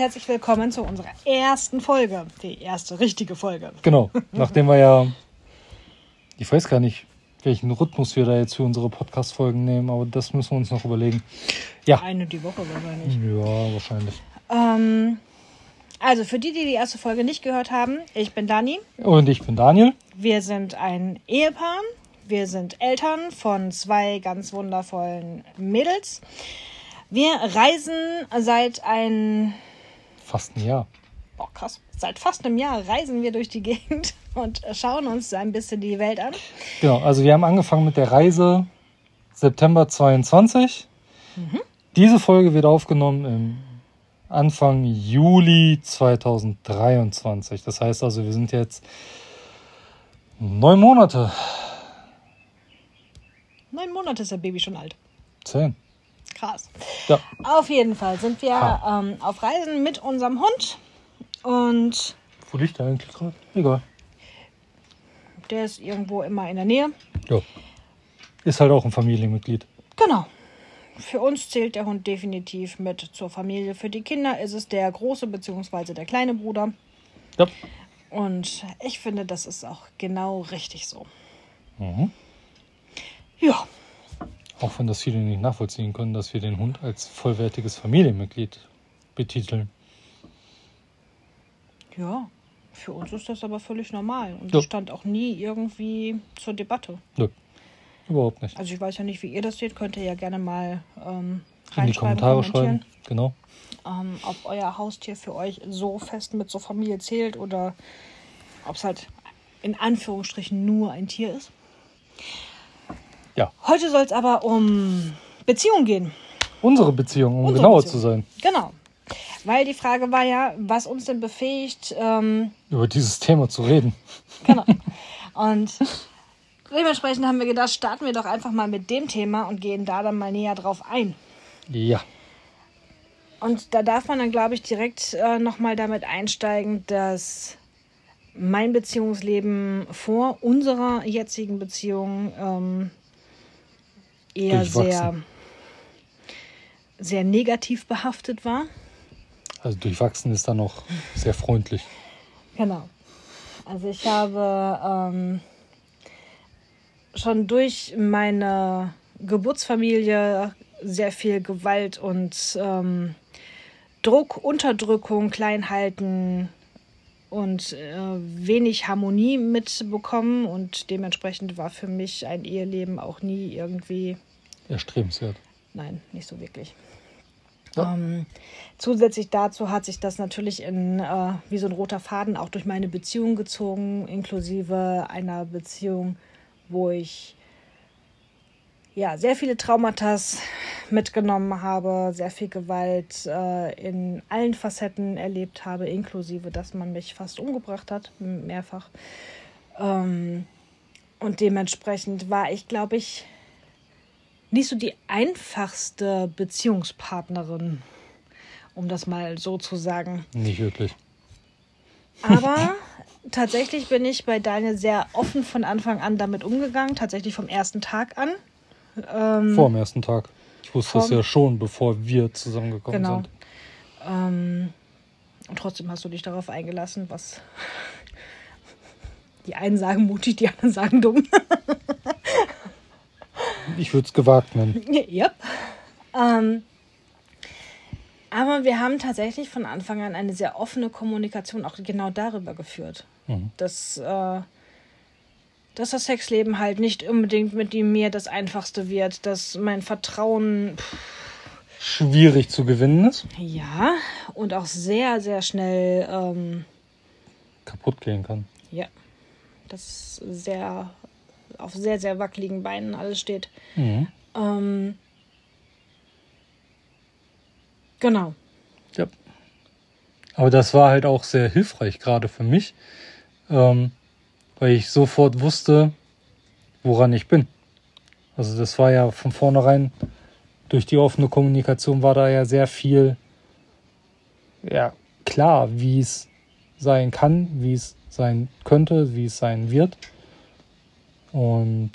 herzlich willkommen zu unserer ersten Folge. Die erste richtige Folge. Genau, nachdem wir ja, ich weiß gar nicht, welchen Rhythmus wir da jetzt für unsere Podcast-Folgen nehmen, aber das müssen wir uns noch überlegen. Ja. Eine die Woche wahrscheinlich. Ja, wahrscheinlich. Also für die erste Folge nicht gehört haben, ich bin Dani. Und ich bin Daniel. Wir sind ein Ehepaar. Wir sind Eltern von 2 ganz wundervollen Mädels. Wir reisen fast ein Jahr. Oh, krass. Seit fast einem Jahr reisen wir durch die Gegend und schauen uns ein bisschen die Welt an. Genau, also wir haben angefangen mit der Reise September 22. Diese Folge wird aufgenommen im Anfang Juli 2023. Das heißt also, wir sind jetzt 9 Monate. 9 Monate ist der Baby schon alt. 10. Krass. Ja. Auf jeden Fall sind wir auf Reisen mit unserem Hund. Und Wo liegt der eigentlich gerade? Egal. der ist irgendwo immer in der Nähe. Ja. Ist halt auch ein Familienmitglied. Genau. Für uns zählt der Hund definitiv mit zur Familie. Für die Kinder ist es der große bzw. der kleine Bruder. Ja. Und ich finde, das ist auch genau richtig so. Mhm. Ja. Auch wenn das viele nicht nachvollziehen können, dass wir den Hund als vollwertiges Familienmitglied betiteln. Ja, für uns ist das aber völlig normal. Und Ja. das stand auch nie irgendwie zur Debatte. Nö, überhaupt nicht. Also ich weiß ja nicht, wie ihr das seht. Könnt ihr ja gerne mal In die reinschreiben, Kommentare kommentieren. schreiben. Genau. Ob euer Haustier für euch so fest mit zur Familie zählt oder ob es halt in Anführungsstrichen nur ein Tier ist. Ja. Heute soll es aber um Beziehungen gehen. Unsere Beziehung, um Unsere genauer Beziehung. zu sein. Genau. Weil die Frage war ja, was uns denn befähigt, Über dieses Thema zu reden. genau. Und dementsprechend haben wir gedacht, starten wir doch einfach mal mit dem Thema und gehen da dann mal näher drauf ein. Ja. Und da darf man dann, glaube ich, direkt nochmal damit einsteigen, dass mein Beziehungsleben vor unserer jetzigen Beziehung eher sehr, sehr negativ behaftet war. Also durchwachsen ist da noch sehr freundlich. Genau. Also ich habe schon durch meine Geburtsfamilie sehr viel Gewalt und Druck, Unterdrückung, Kleinhalten und wenig Harmonie mitbekommen. Und dementsprechend war für mich ein Eheleben auch nie irgendwie, Erstrebenswert. nein, nicht so wirklich. Ja. Zusätzlich dazu hat sich das natürlich wie so ein roter Faden auch durch meine Beziehung gezogen, inklusive einer Beziehung, wo ich ja sehr viele Traumata mitgenommen habe, sehr viel Gewalt in allen Facetten erlebt habe, inklusive, dass man mich fast umgebracht hat, mehrfach. Und dementsprechend war ich, glaube ich, nicht so die einfachste Beziehungspartnerin, um das mal so zu sagen. Nicht wirklich. Aber tatsächlich bin ich bei Daniel sehr offen von Anfang an damit umgegangen, tatsächlich vom ersten Tag an. Vor dem ersten Tag. Ich wusste es ja schon, bevor wir zusammengekommen sind. Und trotzdem hast du dich darauf eingelassen, was die einen sagen mutig, die anderen sagen dumm. Ich würde es gewagt nennen. Yep. Aber wir haben tatsächlich von Anfang an eine sehr offene Kommunikation auch genau darüber geführt, dass das Sexleben halt nicht unbedingt mit mir das Einfachste wird, dass mein Vertrauen Schwierig zu gewinnen ist. ja und auch sehr, sehr schnell Kaputt gehen kann. ja, das sehr auf sehr, sehr wackeligen Beinen alles steht. Genau. Ja. Aber das war halt auch sehr hilfreich, gerade für mich, weil ich sofort wusste, woran ich bin. Also das war ja von vornherein, durch die offene Kommunikation war da ja sehr viel klar, wie es sein kann, wie es sein könnte, wie es sein wird. Und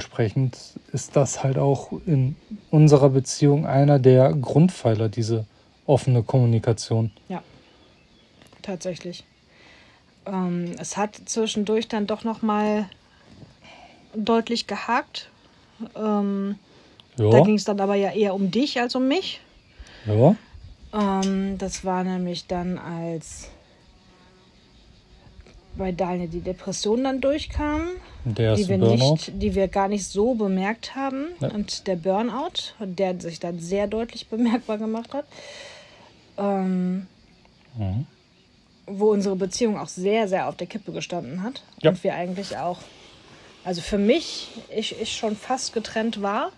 dementsprechend ist das halt auch in unserer Beziehung einer der Grundpfeiler, diese offene Kommunikation. Ja, tatsächlich. Es hat zwischendurch dann doch nochmal deutlich gehakt. Da ging es dann aber ja eher um dich als um mich. Ja. Das war nämlich dann, als bei Daniel die Depression dann durchkam, die wir gar nicht so bemerkt haben. Ja. Und der Burnout, der sich dann sehr deutlich bemerkbar gemacht hat. Wo unsere Beziehung auch sehr, sehr auf der Kippe gestanden hat. Ja. Und wir eigentlich auch, also für mich, ich schon fast getrennt war.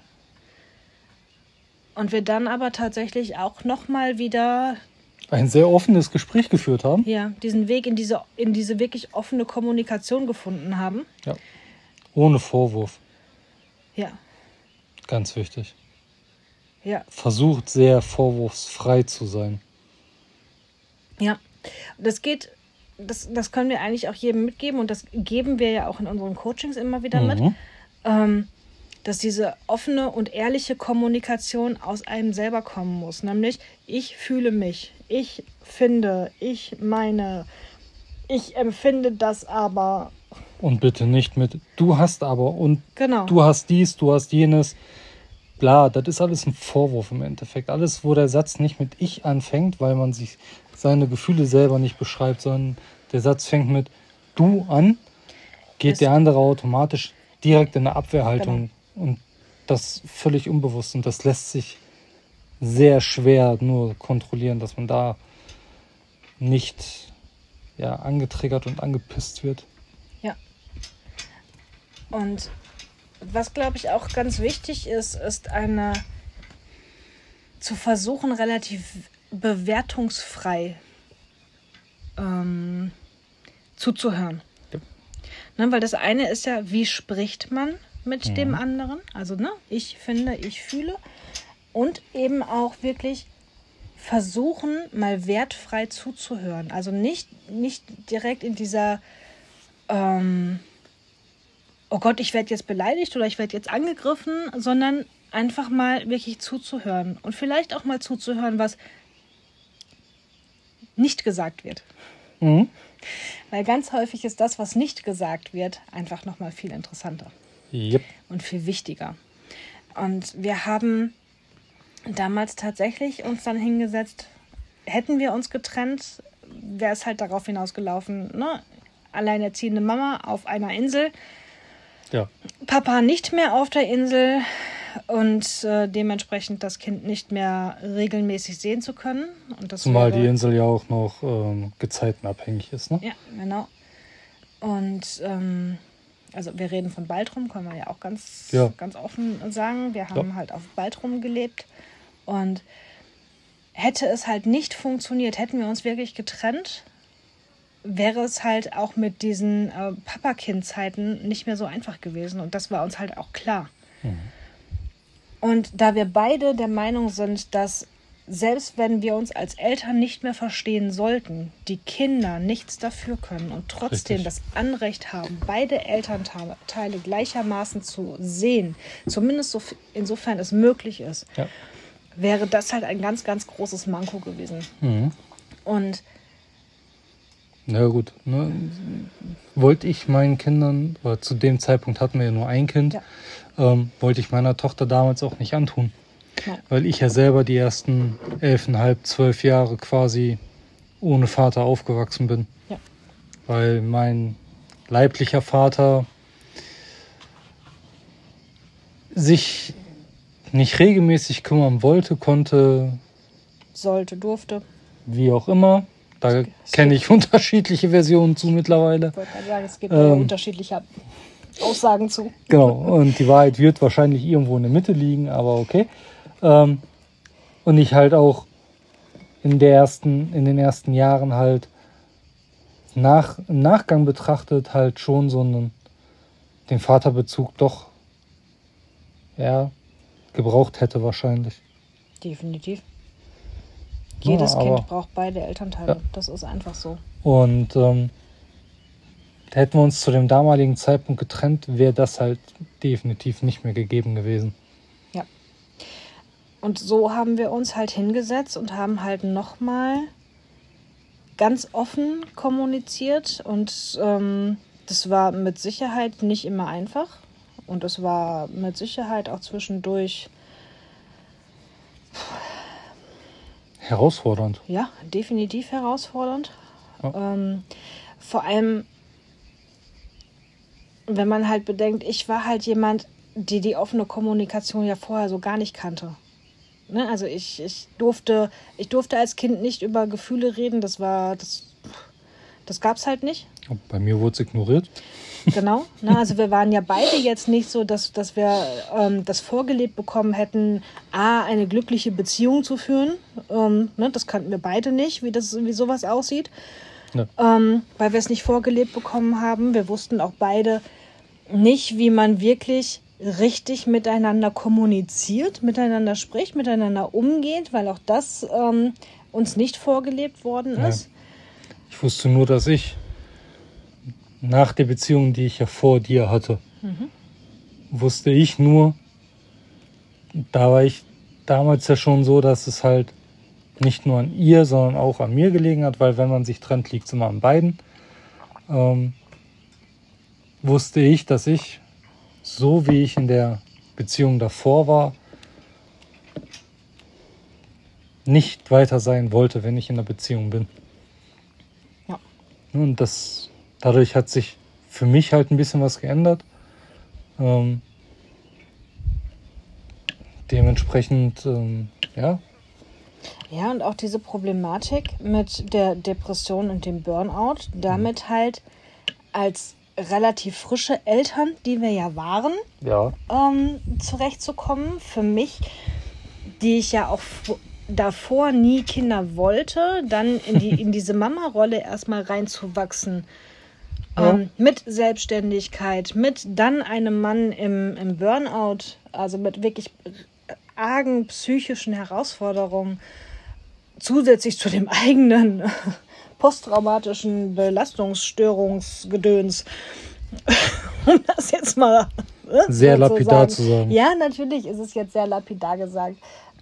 Und wir dann aber tatsächlich auch nochmal wieder ein sehr offenes Gespräch geführt haben. Ja, diesen Weg in diese wirklich offene Kommunikation gefunden haben. Ja. Ohne Vorwurf. Ja. Ganz wichtig. Ja. Versucht sehr vorwurfsfrei zu sein. Ja. Das können wir eigentlich auch jedem mitgeben und das geben wir ja auch in unseren Coachings immer wieder mit. Dass diese offene und ehrliche Kommunikation aus einem selber kommen muss. Nämlich, ich fühle mich, ich finde, ich meine, ich empfinde das aber. Und bitte nicht mit, du hast aber und genau. Du hast dies, du hast jenes. Bla, das ist alles ein Vorwurf im Endeffekt. Alles, wo der Satz nicht mit ich anfängt, weil man sich seine Gefühle selber nicht beschreibt, sondern der Satz fängt mit du an, geht der andere automatisch direkt in eine Abwehrhaltung. Genau. Und das völlig unbewusst. Und das lässt sich sehr schwer nur kontrollieren, dass man da nicht angetriggert und angepisst wird. Ja. Und was, glaube ich, auch ganz wichtig ist zu versuchen, relativ bewertungsfrei zuzuhören. Ja. Ne, weil das eine ist ja, wie spricht man mit dem anderen? Also, ich finde, ich fühle. Und eben auch wirklich versuchen, mal wertfrei zuzuhören. Also nicht direkt in dieser oh Gott, ich werde jetzt beleidigt oder ich werde jetzt angegriffen, sondern einfach mal wirklich zuzuhören. Und vielleicht auch mal zuzuhören, was nicht gesagt wird. Weil ganz häufig ist das, was nicht gesagt wird, einfach nochmal viel interessanter. Yep. Und viel wichtiger. Und wir haben damals tatsächlich uns dann hingesetzt, hätten wir uns getrennt, wäre es halt darauf hinausgelaufen, alleinerziehende Mama auf einer Insel, ja. Papa nicht mehr auf der Insel und dementsprechend das Kind nicht mehr regelmäßig sehen zu können. Und das zumal die Insel ja auch noch gezeitenabhängig ist, ne? Ja, genau. Und also wir reden von Baltrum, können wir ja auch ganz offen sagen. Wir haben halt auf Baltrum gelebt und hätte es halt nicht funktioniert, hätten wir uns wirklich getrennt, wäre es halt auch mit diesen Papa-Kind-Zeiten nicht mehr so einfach gewesen. Und das war uns halt auch klar. Und da wir beide der Meinung sind, dass selbst wenn wir uns als Eltern nicht mehr verstehen sollten, die Kinder nichts dafür können und trotzdem das Anrecht haben, beide Elternteile gleichermaßen zu sehen, zumindest so insofern es möglich ist, wäre das halt ein ganz, ganz großes Manko gewesen. Und na gut, wollte ich meinen Kindern, oder zu dem Zeitpunkt hatten wir ja nur ein Kind, wollte ich meiner Tochter damals auch nicht antun. Ja. Weil ich ja selber die ersten 11,5, 12 Jahre quasi ohne Vater aufgewachsen bin. Ja. Weil mein leiblicher Vater sich nicht regelmäßig kümmern wollte, konnte, sollte, durfte. Wie auch immer. Da kenne ich unterschiedliche Versionen zu mittlerweile. Ich wollte gerade sagen, es gibt unterschiedliche Aussagen zu. Genau, und die Wahrheit wird wahrscheinlich irgendwo in der Mitte liegen, aber okay. Und ich halt auch in den ersten Jahren halt im Nachgang betrachtet halt schon so den Vaterbezug doch gebraucht hätte wahrscheinlich. Definitiv. Jedes Kind braucht beide Elternteile. Ja. Das ist einfach so. Und hätten wir uns zu dem damaligen Zeitpunkt getrennt, wäre das halt definitiv nicht mehr gegeben gewesen. Ja. Und so haben wir uns halt hingesetzt und haben halt nochmal ganz offen kommuniziert. Und das war mit Sicherheit nicht immer einfach. Und es war mit Sicherheit auch zwischendurch herausfordernd. Ja, definitiv herausfordernd. Ja. Vor allem, wenn man halt bedenkt, ich war halt jemand, die offene Kommunikation ja vorher so gar nicht kannte. Ne? Also ich durfte als Kind nicht über Gefühle reden, das gab es halt nicht. Bei mir wurde es ignoriert. Genau, ne? Also wir waren ja beide jetzt nicht so, dass wir das vorgelebt bekommen hätten, eine glückliche Beziehung zu führen. Ne? Das kannten wir beide nicht, wie sowas aussieht. Ja. Weil wir es nicht vorgelebt bekommen haben. Wir wussten auch beide nicht, wie man wirklich richtig miteinander kommuniziert, miteinander spricht, miteinander umgeht, weil auch das uns nicht vorgelebt worden ist. Ja. Ich wusste nur, dass ich nach der Beziehung, die ich ja vor dir hatte, wusste ich nur, da war ich damals ja schon so, dass es halt nicht nur an ihr, sondern auch an mir gelegen hat, weil wenn man sich trennt, liegt es immer an beiden. Wusste ich, dass ich, so wie ich in der Beziehung davor war, nicht weiter sein wollte, wenn ich in der Beziehung bin. Ja. Und dadurch hat sich für mich halt ein bisschen was geändert. Dementsprechend, ja. Ja, und auch diese Problematik mit der Depression und dem Burnout, damit halt als relativ frische Eltern, die wir ja waren, ja. Zurechtzukommen. Für mich, die ich ja auch davor nie Kinder wollte, dann in diese Mama-Rolle erstmal reinzuwachsen. Ja. Mit Selbstständigkeit, mit dann einem Mann im Burnout, also mit wirklich argen psychischen Herausforderungen, zusätzlich zu dem eigenen posttraumatischen Belastungsstörungsgedöns, um das jetzt mal sehr lapidar zu sagen. Ja, natürlich ist es jetzt sehr lapidar gesagt.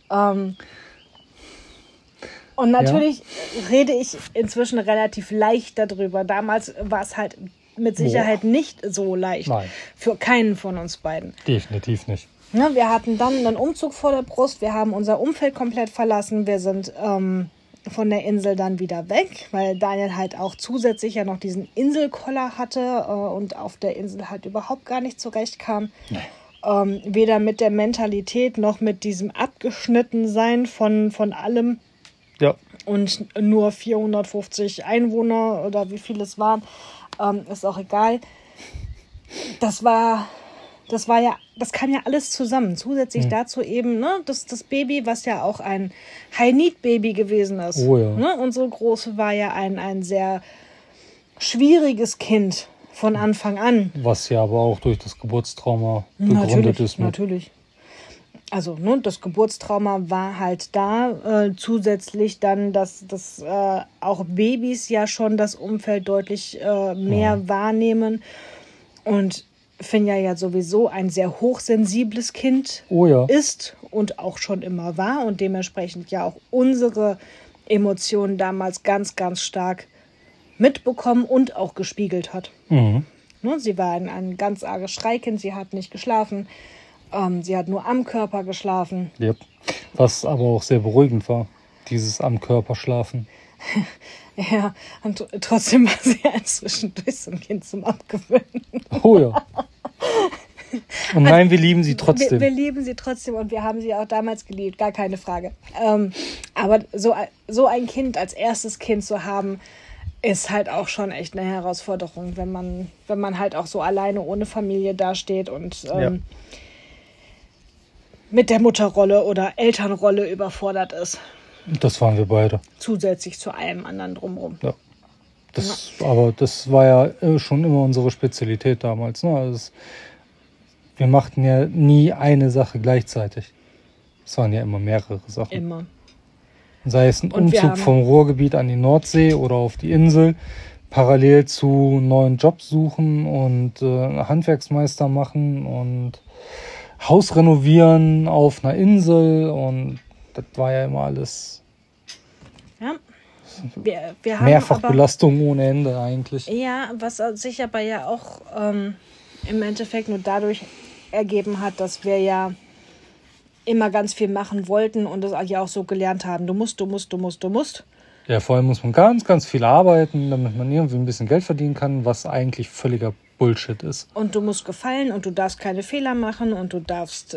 Und natürlich rede ich inzwischen relativ leicht darüber. Damals war es halt mit Sicherheit nicht so leicht. Nein. Für keinen von uns beiden. Definitiv nicht. Ja, wir hatten dann einen Umzug vor der Brust. Wir haben unser Umfeld komplett verlassen. Wir sind von der Insel dann wieder weg, weil Daniel halt auch zusätzlich ja noch diesen Inselkoller hatte und auf der Insel halt überhaupt gar nicht zurechtkam. Nee. Weder mit der Mentalität noch mit diesem Abgeschnittensein von allem. Ja. Und nur 450 Einwohner oder wie viele es waren, ist auch egal. Das kam ja alles zusammen. Zusätzlich dazu eben, ne, das Baby, was ja auch ein High-Need-Baby gewesen ist. Oh ja. Ne? Unsere Große war ja ein sehr schwieriges Kind von Anfang an. Was ja aber auch durch das Geburtstrauma begründet ist. Natürlich. Also, ne, das Geburtstrauma war halt da. Zusätzlich dann, dass auch Babys ja schon das Umfeld deutlich mehr wahrnehmen. Und Finja ja sowieso ein sehr hochsensibles Kind ist und auch schon immer war und dementsprechend ja auch unsere Emotionen damals ganz, ganz stark mitbekommen und auch gespiegelt hat. Mhm. Ne, sie war ein ganz arges Schreikind, sie hat nicht geschlafen. Sie hat nur am Körper geschlafen. Yep. Was aber auch sehr beruhigend war, dieses am Körper schlafen. Ja, und trotzdem war sie ja zwischendurch so ein Kind zum Abgewöhnen. Oh ja. Und nein, wir lieben sie trotzdem. Wir lieben sie trotzdem und wir haben sie auch damals geliebt, gar keine Frage. Aber so ein Kind als erstes Kind zu haben, ist halt auch schon echt eine Herausforderung, wenn man halt auch so alleine ohne Familie dasteht und mit der Mutterrolle oder Elternrolle überfordert ist. Das waren wir beide. Zusätzlich zu allem anderen drumherum. Ja. Aber das war ja schon immer unsere Spezialität damals. Ne? Also wir machten ja nie eine Sache gleichzeitig. Es waren ja immer mehrere Sachen. Immer. Sei es ein Umzug vom Ruhrgebiet an die Nordsee oder auf die Insel, parallel zu neuen Jobs suchen und Handwerksmeister machen und Haus renovieren auf einer Insel und das war ja immer alles Ja. Wir haben Mehrfachbelastung ohne Ende eigentlich. Ja, was sich aber ja auch im Endeffekt nur dadurch ergeben hat, dass wir ja immer ganz viel machen wollten und das ja auch so gelernt haben. Du musst. Ja, vor allem muss man ganz, ganz viel arbeiten, damit man irgendwie ein bisschen Geld verdienen kann, was eigentlich völliger Bullshit ist. Und du musst gefallen und du darfst keine Fehler machen und du darfst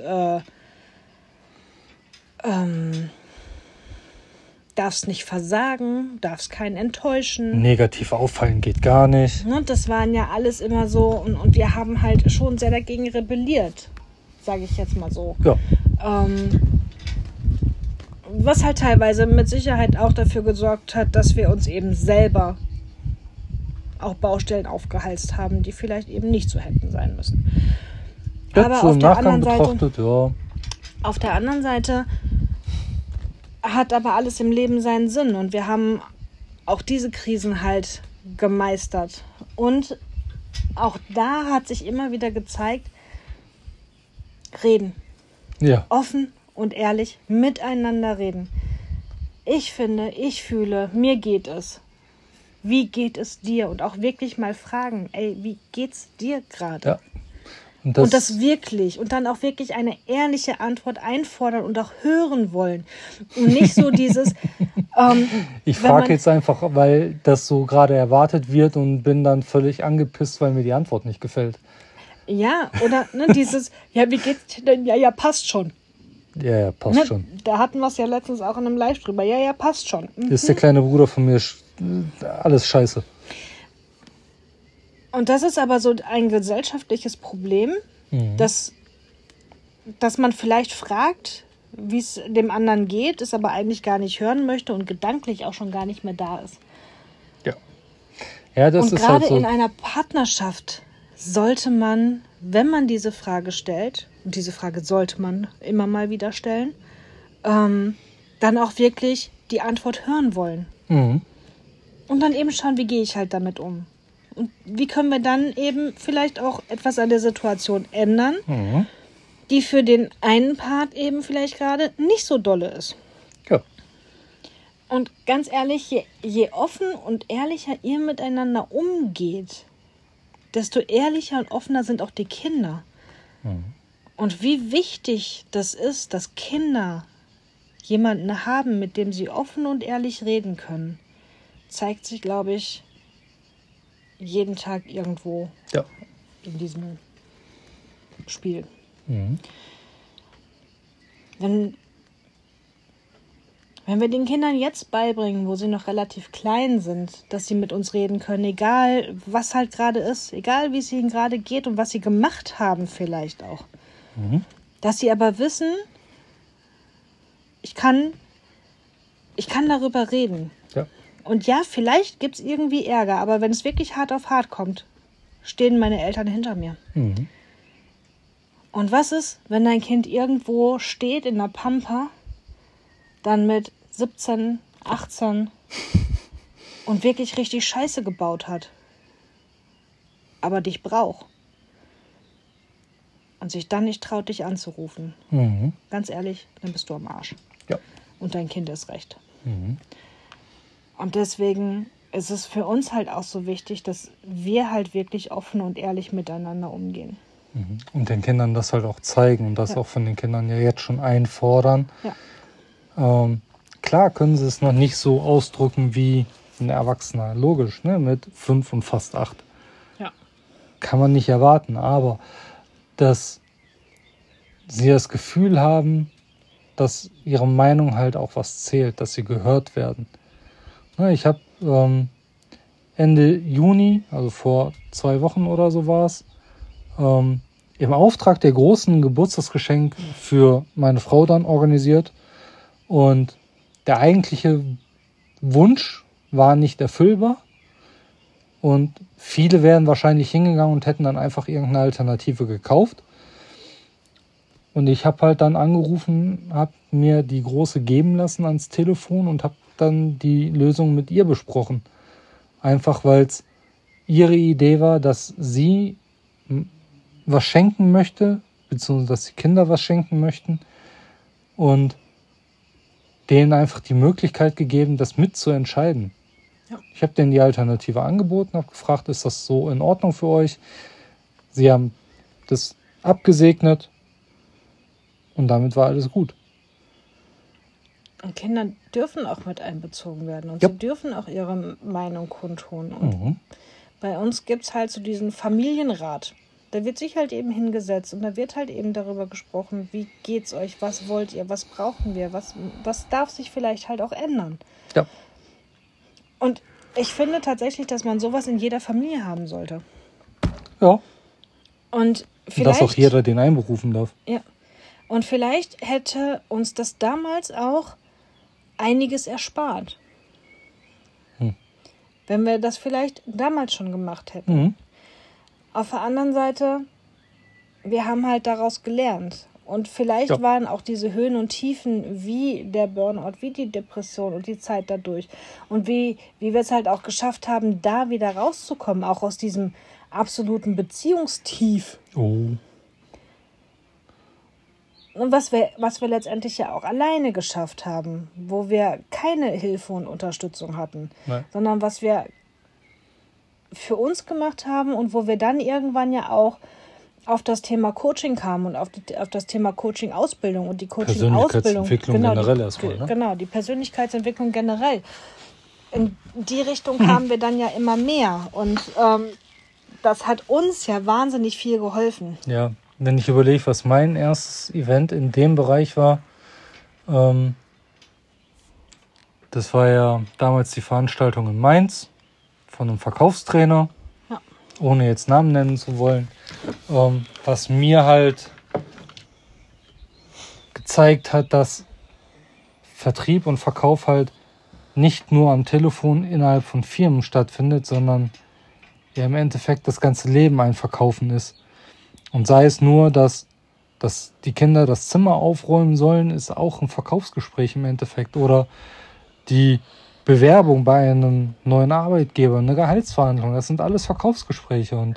nicht versagen, darfst keinen enttäuschen. Negativ auffallen geht gar nicht. Ne, das waren ja alles immer so und wir haben halt schon sehr dagegen rebelliert, sage ich jetzt mal so. Ja. Was halt teilweise mit Sicherheit auch dafür gesorgt hat, dass wir uns eben selber auch Baustellen aufgehalst haben, die vielleicht eben nicht so hätten sein müssen. Jetzt Aber so auf im der Nachgang anderen Seite, betrachtet, ja. auf der anderen Seite hat aber alles im Leben seinen Sinn und wir haben auch diese Krisen halt gemeistert. Und auch da hat sich immer wieder gezeigt, reden. Ja. Offen und ehrlich miteinander reden. Ich finde, ich fühle, mir geht es. Wie geht es dir? Und auch wirklich mal fragen, ey, wie geht's dir gerade? Ja. Und das wirklich. Und dann auch wirklich eine ehrliche Antwort einfordern und auch hören wollen. Und nicht so dieses... ich frage jetzt einfach, weil das so gerade erwartet wird und bin dann völlig angepisst, weil mir die Antwort nicht gefällt. Ja, oder dieses, ja, wie geht's dir denn? Ja, passt schon. Ja, passt schon. Da hatten wir es ja letztens auch in einem Live drüber. Ja, passt schon. Ist der kleine Bruder von mir alles scheiße. Und das ist aber so ein gesellschaftliches Problem, dass man vielleicht fragt, wie es dem anderen geht, es aber eigentlich gar nicht hören möchte und gedanklich auch schon gar nicht mehr da ist. Ja. Ja, das und ist gerade halt so. In einer Partnerschaft sollte man, wenn man diese Frage stellt, und diese Frage sollte man immer mal wieder stellen, dann auch wirklich die Antwort hören wollen. Mhm. Und dann eben schauen, wie gehe ich halt damit um. Und wie können wir dann eben vielleicht auch etwas an der Situation ändern, die für den einen Part eben vielleicht gerade nicht so dolle ist. Ja. Und ganz ehrlich, je offen und ehrlicher ihr miteinander umgeht, desto ehrlicher und offener sind auch die Kinder. Und wie wichtig das ist, dass Kinder jemanden haben, mit dem sie offen und ehrlich reden können, zeigt sich, glaube ich, jeden Tag irgendwo in diesem Spiel. Wenn wir den Kindern jetzt beibringen, wo sie noch relativ klein sind, dass sie mit uns reden können, egal was halt gerade ist, egal wie es ihnen gerade geht und was sie gemacht haben vielleicht auch, dass sie aber wissen, ich kann darüber reden. Ja. Und ja, vielleicht gibt es irgendwie Ärger, aber wenn es wirklich hart auf hart kommt, stehen meine Eltern hinter mir. Und was ist, wenn dein Kind irgendwo steht in der Pampa, dann mit 17, 18 und wirklich richtig Scheiße gebaut hat, aber dich braucht und sich dann nicht traut, dich anzurufen? Ganz ehrlich, dann bist du am Arsch. Ja. Und dein Kind ist recht. Und deswegen ist es für uns halt auch so wichtig, dass wir halt wirklich offen und ehrlich miteinander umgehen. Und den Kindern das halt auch zeigen und das auch von den Kindern ja jetzt schon einfordern. Ja. Klar können sie es noch nicht so ausdrücken wie ein Erwachsener, logisch, ne? Mit 5 und fast 8. Ja. Kann man nicht erwarten, aber dass sie das Gefühl haben, dass ihre Meinung halt auch was zählt, dass sie gehört werden. Ich habe Ende Juni, also vor 2 Wochen oder so war es, im Auftrag der Großen Geburtstagsgeschenk für meine Frau dann organisiert. Und der eigentliche Wunsch war nicht erfüllbar. Und viele wären wahrscheinlich hingegangen und hätten dann einfach irgendeine Alternative gekauft. Und ich habe halt dann angerufen, habe mir die Große geben lassen ans Telefon und habe dann die Lösung mit ihr besprochen. Einfach weil es ihre Idee war, dass sie was schenken möchte beziehungsweise dass die Kinder was schenken möchten und denen einfach die Möglichkeit gegeben, das mitzuentscheiden. Ja. Ich habe denen die Alternative angeboten, habe gefragt, ist das so in Ordnung für euch? Sie haben das abgesegnet und damit war alles gut. Und Kinder dürfen auch mit einbezogen werden und Ja. sie dürfen auch ihre Meinung kundtun. Und bei uns gibt es halt so diesen Familienrat. Da wird sich halt eben hingesetzt und da wird halt eben darüber gesprochen, wie geht's euch, was wollt ihr, was brauchen wir, was darf sich vielleicht halt auch ändern. Ja. Und ich finde tatsächlich, dass man sowas in jeder Familie haben sollte. Ja. Und vielleicht, dass auch jeder den einberufen darf. ja. Und vielleicht hätte uns das damals auch einiges erspart. Wenn wir das vielleicht damals schon gemacht hätten. Auf der anderen Seite, wir haben halt daraus gelernt. Und vielleicht waren auch diese Höhen und Tiefen wie der Burnout, wie die Depression und die Zeit dadurch. Und wie wir es halt auch geschafft haben, da wieder rauszukommen, auch aus diesem absoluten Beziehungstief. Oh. Und was wir letztendlich ja auch alleine geschafft haben, wo wir keine Hilfe und Unterstützung hatten, Nein. sondern was wir für uns gemacht haben und wo wir dann irgendwann ja auch auf das Thema Coaching kamen und auf das Thema Coaching-Ausbildung und die Coaching-Ausbildung. Persönlichkeitsentwicklung generell erstmal, ne? Genau, die Persönlichkeitsentwicklung generell. In die Richtung kamen wir dann ja immer mehr und das hat uns ja wahnsinnig viel geholfen. Ja, wenn ich überlege, was mein erstes Event in dem Bereich war, das war ja damals die Veranstaltung in Mainz von einem Verkaufstrainer, ohne jetzt Namen nennen zu wollen, was mir halt gezeigt hat, dass Vertrieb und Verkauf halt nicht nur am Telefon innerhalb von Firmen stattfindet, sondern ja im Endeffekt das ganze Leben ein Verkaufen ist. Und sei es nur, dass die Kinder das Zimmer aufräumen sollen, ist auch ein Verkaufsgespräch im Endeffekt. Oder die Bewerbung bei einem neuen Arbeitgeber, eine Gehaltsverhandlung, das sind alles Verkaufsgespräche. Und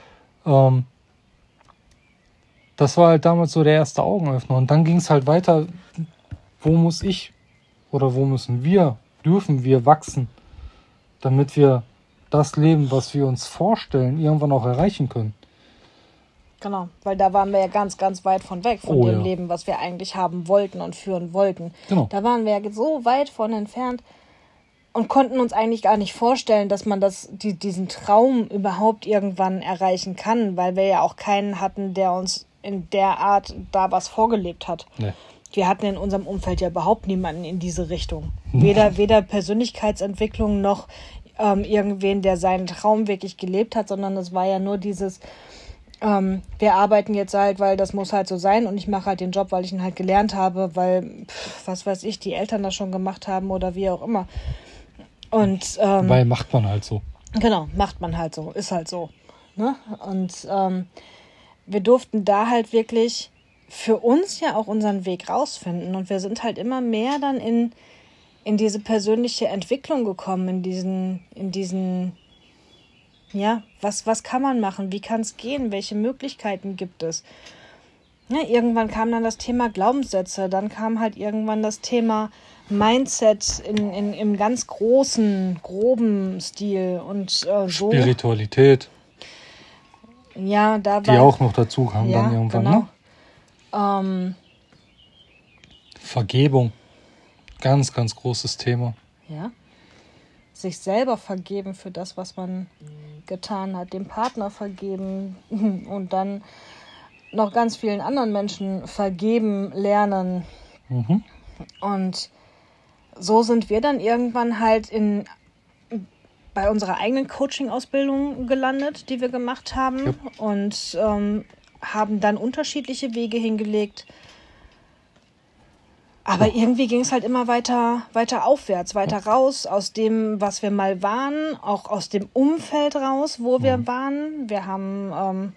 das war halt damals so der erste Augenöffner. Und dann ging es halt weiter, wo muss ich oder wo dürfen wir wachsen, damit wir das Leben, was wir uns vorstellen, irgendwann auch erreichen können. Genau, weil da waren wir ja ganz, ganz weit von weg von dem Leben, was wir eigentlich haben wollten und führen wollten. Genau. Da waren wir ja so weit von entfernt und konnten uns eigentlich gar nicht vorstellen, dass man diesen Traum überhaupt irgendwann erreichen kann, weil wir ja auch keinen hatten, der uns in der Art da was vorgelebt hat. Nee. Wir hatten in unserem Umfeld ja überhaupt niemanden in diese Richtung. Weder Persönlichkeitsentwicklung noch irgendwen, der seinen Traum wirklich gelebt hat, sondern es war ja nur dieses, wir arbeiten jetzt halt, weil das muss halt so sein und ich mache halt den Job, weil ich ihn halt gelernt habe, weil, was weiß ich, die Eltern das schon gemacht haben oder wie auch immer. Und weil macht man halt so. Genau, macht man halt so, ist halt so. Ne? Und wir durften da halt wirklich für uns ja auch unseren Weg rausfinden und wir sind halt immer mehr dann in diese persönliche Entwicklung gekommen, in diesen ja, was kann man machen, wie kann es gehen, welche Möglichkeiten gibt es. Ja, irgendwann kam dann das Thema Glaubenssätze, dann kam halt irgendwann das Thema Mindset im ganz großen, groben Stil und so. Spiritualität. Ja, da die auch noch dazu kam dann irgendwann, genau. Ne? Vergebung. Ganz, ganz großes Thema. Ja. Sich selber vergeben für das, was man getan hat, dem Partner vergeben und dann noch ganz vielen anderen Menschen vergeben lernen. Und so sind wir dann irgendwann halt bei unserer eigenen Coaching-Ausbildung gelandet, die wir gemacht haben und haben dann unterschiedliche Wege hingelegt. Aber irgendwie ging es halt immer weiter aufwärts, weiter raus aus dem, was wir mal waren, auch aus dem Umfeld raus, wo wir waren. Wir haben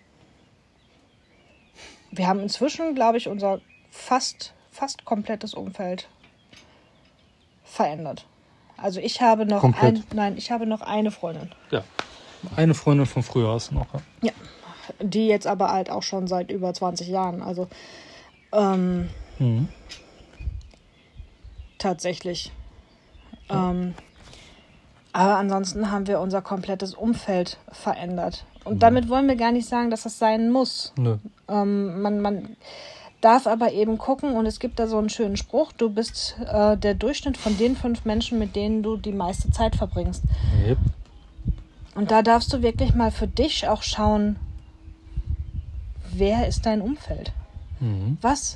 inzwischen, glaube ich, unser fast komplettes Umfeld verändert. Also ich habe noch eine Freundin. Ja, eine Freundin von früher hast du noch. Ja, Die jetzt aber halt auch schon seit über 20 Jahren. Also tatsächlich. Ja. Aber ansonsten haben wir unser komplettes Umfeld verändert. Und damit wollen wir gar nicht sagen, dass das sein muss. Nö. Man darf aber eben gucken, und es gibt da so einen schönen Spruch, du bist der Durchschnitt von den 5 Menschen, mit denen du die meiste Zeit verbringst. Yep. Und da darfst du wirklich mal für dich auch schauen, wer ist dein Umfeld? Was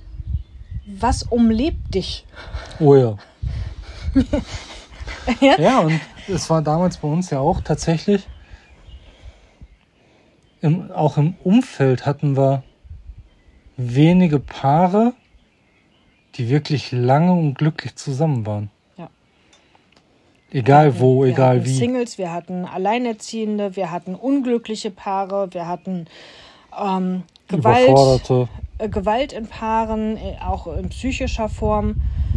umlebt dich? Oh ja. Ja? Ja, und es war damals bei uns ja auch tatsächlich, auch im Umfeld hatten wir wenige Paare, die wirklich lange und glücklich zusammen waren. Ja. Egal wo, wir egal hatten wie. Singles, wir hatten Alleinerziehende, wir hatten unglückliche Paare, wir hatten Überforderte. Gewalt in Paaren, auch in psychischer Form.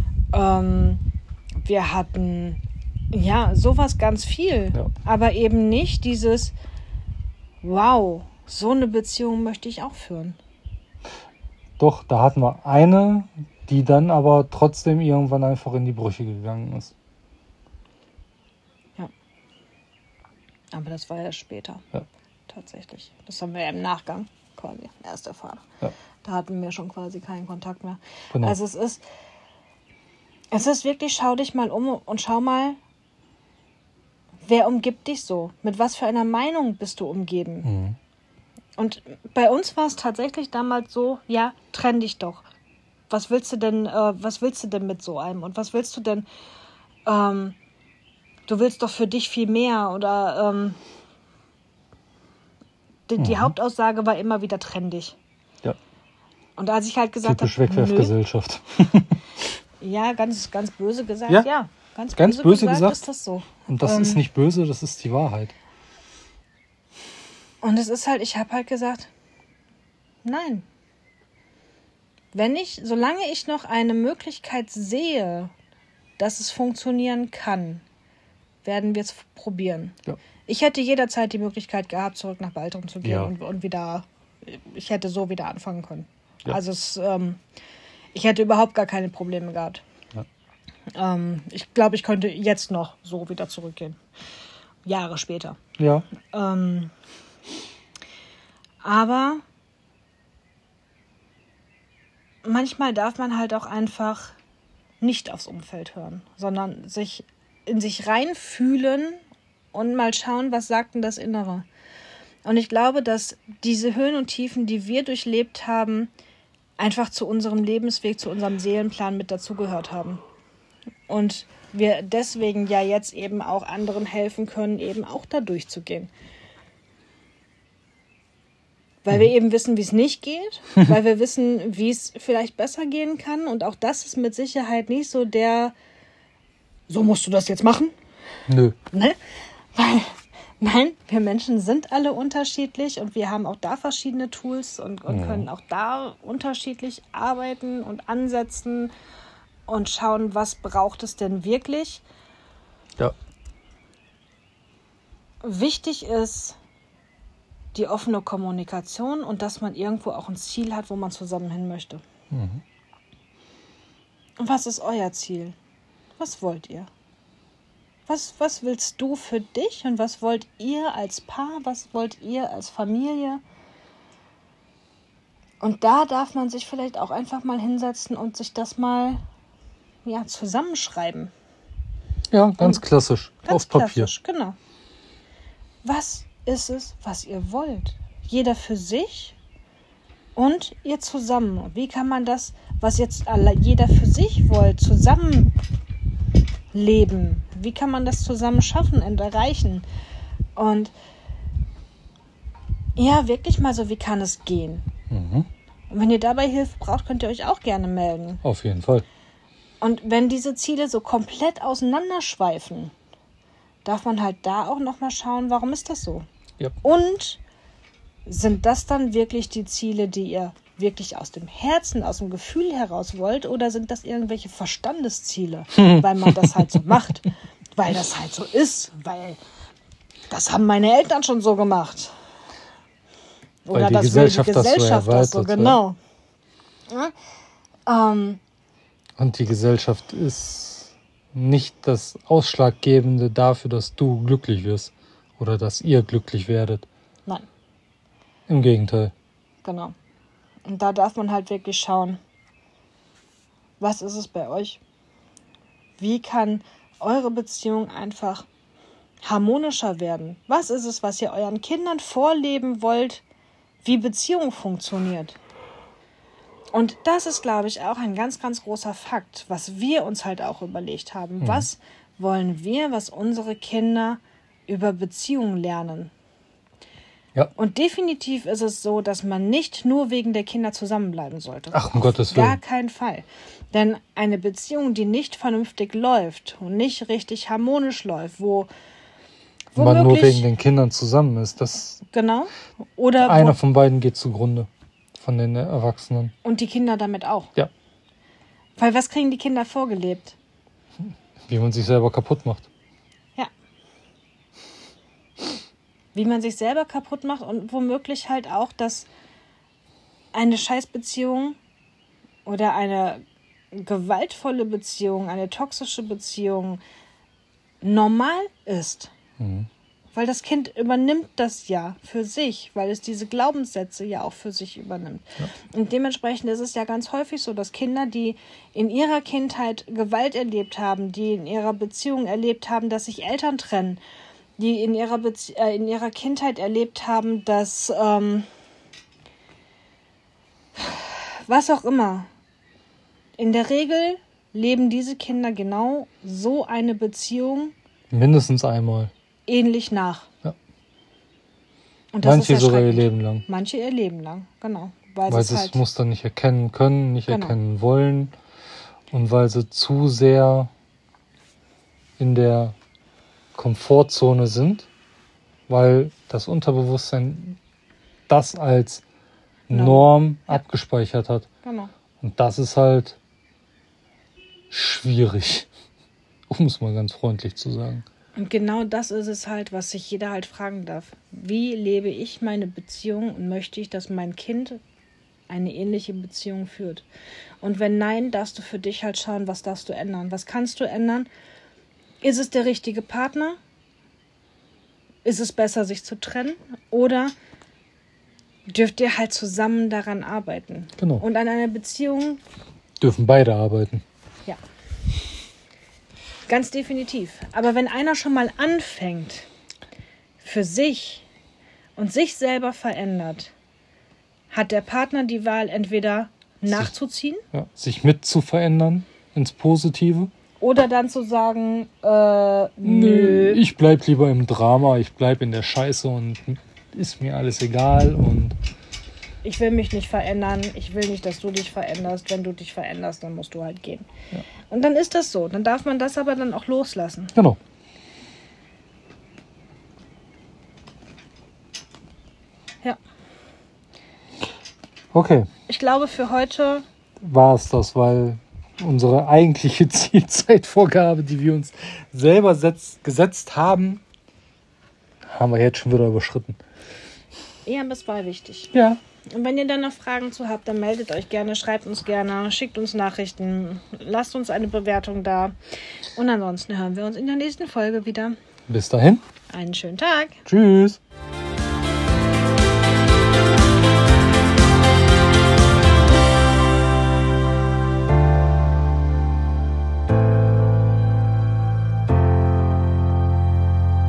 Wir hatten sowas ganz viel, aber eben nicht dieses, wow, so eine Beziehung möchte ich auch führen. Doch, da hatten wir eine, die dann aber trotzdem irgendwann einfach in die Brüche gegangen ist. Ja. Aber das war ja später. Ja. Tatsächlich. Das haben wir ja im Nachgang quasi erst erfahren. Ja. Da hatten wir schon quasi keinen Kontakt mehr. Genau. Also es ist wirklich, schau dich mal um und schau mal, wer umgibt dich so? Mit was für einer Meinung bist du umgeben? Und bei uns war es tatsächlich damals so, ja, trenn dich doch. Was willst du denn mit so einem? Und was willst du denn? Du willst doch für dich viel mehr. Oder die Hauptaussage war immer wieder, trenn dich. Ja. Und als ich halt gesagt habe, typisch Wegwerfgesellschaft. Ja, ganz, ganz böse gesagt, ja. Ganz böse gesagt ist das so. Und das ist nicht böse, das ist die Wahrheit. Und es ist halt, ich habe halt gesagt, nein. Solange ich noch eine Möglichkeit sehe, dass es funktionieren kann, werden wir es probieren. Ja. Ich hätte jederzeit die Möglichkeit gehabt, zurück nach Baltrum zu gehen Ja. und wieder, ich hätte so wieder anfangen können. Ja. Also ich hätte überhaupt gar keine Probleme gehabt. Ja. Ich glaube, ich könnte jetzt noch so wieder zurückgehen. Jahre später. Ja. Aber manchmal darf man halt auch einfach nicht aufs Umfeld hören, sondern in sich reinfühlen und mal schauen, was sagt denn das Innere. Und ich glaube, dass diese Höhen und Tiefen, die wir durchlebt haben, einfach zu unserem Lebensweg, zu unserem Seelenplan mit dazugehört haben. Und wir deswegen ja jetzt eben auch anderen helfen können, eben auch da durchzugehen. Weil wir eben wissen, wie es nicht geht, weil wir wissen, wie es vielleicht besser gehen kann. Und auch das ist mit Sicherheit nicht so so musst du das jetzt machen. Nö. Ne? Weil, nein, wir Menschen sind alle unterschiedlich und wir haben auch da verschiedene Tools und können auch da unterschiedlich arbeiten und ansetzen und schauen, was braucht es denn wirklich. Ja. Wichtig ist die offene Kommunikation und dass man irgendwo auch ein Ziel hat, wo man zusammen hin möchte. Und was ist euer Ziel? Was wollt ihr? Was willst du für dich und was wollt ihr als Paar? Was wollt ihr als Familie? Und da darf man sich vielleicht auch einfach mal hinsetzen und sich das mal zusammenschreiben. Ja, ganz klassisch. Ganz auf Papier. Klassisch, genau. Was ist es, was ihr wollt? Jeder für sich und ihr zusammen. Wie kann man das, was jetzt jeder für sich wollt, zusammen leben? Wie kann man das zusammen schaffen und erreichen? Und ja, wirklich mal so, wie kann es gehen? Und wenn ihr dabei Hilfe braucht, könnt ihr euch auch gerne melden. Auf jeden Fall. Und wenn diese Ziele so komplett auseinanderschweifen, darf man halt da auch nochmal schauen, warum ist das so? Ja. Und sind das dann wirklich die Ziele, die ihr wirklich aus dem Herzen, aus dem Gefühl heraus wollt, oder sind das irgendwelche Verstandesziele, weil man das halt so macht, weil das halt so ist, weil das haben meine Eltern schon so gemacht. Oder die das Gesellschaft will die Gesellschaft das so, erwartet, genau. Ja? Und die Gesellschaft ist nicht das Ausschlaggebende dafür, dass du glücklich wirst oder dass ihr glücklich werdet. Nein. Im Gegenteil. Genau. Und da darf man halt wirklich schauen, was ist es bei euch? Wie kann eure Beziehung einfach harmonischer werden? Was ist es, was ihr euren Kindern vorleben wollt, wie Beziehung funktioniert? Und das ist, glaube ich, auch ein ganz, ganz großer Fakt, was wir uns halt auch überlegt haben. Was wollen wir, was unsere Kinder über Beziehungen lernen? Ja. Und definitiv ist es so, dass man nicht nur wegen der Kinder zusammenbleiben sollte. Ach, um Gottes Willen. Gar keinen Fall. Denn eine Beziehung, die nicht vernünftig läuft und nicht richtig harmonisch läuft, wo man nur wegen den Kindern zusammen ist, das genau, oder einer von beiden geht zugrunde, von den Erwachsenen. Und die Kinder damit auch. Ja. Weil was kriegen die Kinder vorgelebt? Wie man sich selber kaputt macht. Ja. Wie man sich selber kaputt macht und womöglich halt auch, dass eine Scheißbeziehung oder eine gewaltvolle Beziehung, eine toxische Beziehung normal ist. Weil das Kind übernimmt das ja für sich, weil es diese Glaubenssätze ja auch für sich übernimmt. Ja. Und dementsprechend ist es ja ganz häufig so, dass Kinder, die in ihrer Kindheit Gewalt erlebt haben, die in ihrer Beziehung erlebt haben, dass sich Eltern trennen, die in ihrer Kindheit erlebt haben, dass was auch immer. In der Regel leben diese Kinder genau so eine Beziehung mindestens einmal ähnlich nach. Ja. Und das manche ist sogar ihr Leben lang. Manche ihr Leben lang, genau. Weil sie das Muster nicht erkennen können, nicht erkennen wollen und weil sie zu sehr in der Komfortzone sind, weil das Unterbewusstsein das als Norm abgespeichert hat. Genau. Und das ist halt schwierig, um es mal ganz freundlich zu sagen. Und genau das ist es halt, was sich jeder halt fragen darf. Wie lebe ich meine Beziehung und möchte ich, dass mein Kind eine ähnliche Beziehung führt? Und wenn nein, darfst du für dich halt schauen, was darfst du ändern? Was kannst du ändern? Ist es der richtige Partner? Ist es besser, sich zu trennen? Oder dürft ihr halt zusammen daran arbeiten? Genau. Und an einer Beziehung dürfen beide arbeiten. Ja. Ganz definitiv. Aber wenn einer schon mal anfängt, für sich und sich selber verändert, hat der Partner die Wahl, entweder nachzuziehen. Sich mit zu verändern ins Positive. Oder dann zu sagen, nö. Ich bleib lieber im Drama, ich bleib in der Scheiße und ist mir alles egal und ich will mich nicht verändern, ich will nicht, dass du dich veränderst. Wenn du dich veränderst, dann musst du halt gehen. Ja. Und dann ist das so. Dann darf man das aber dann auch loslassen. Genau. Ja. Okay. Ich glaube, für heute war es das, weil unsere eigentliche Zielzeitvorgabe, die wir uns selber gesetzt haben, haben wir jetzt schon wieder überschritten. Ja, aber es war wichtig. Ja. Und wenn ihr dann noch Fragen zu habt, dann meldet euch gerne, schreibt uns gerne, schickt uns Nachrichten, lasst uns eine Bewertung da. Und ansonsten hören wir uns in der nächsten Folge wieder. Bis dahin. Einen schönen Tag. Tschüss.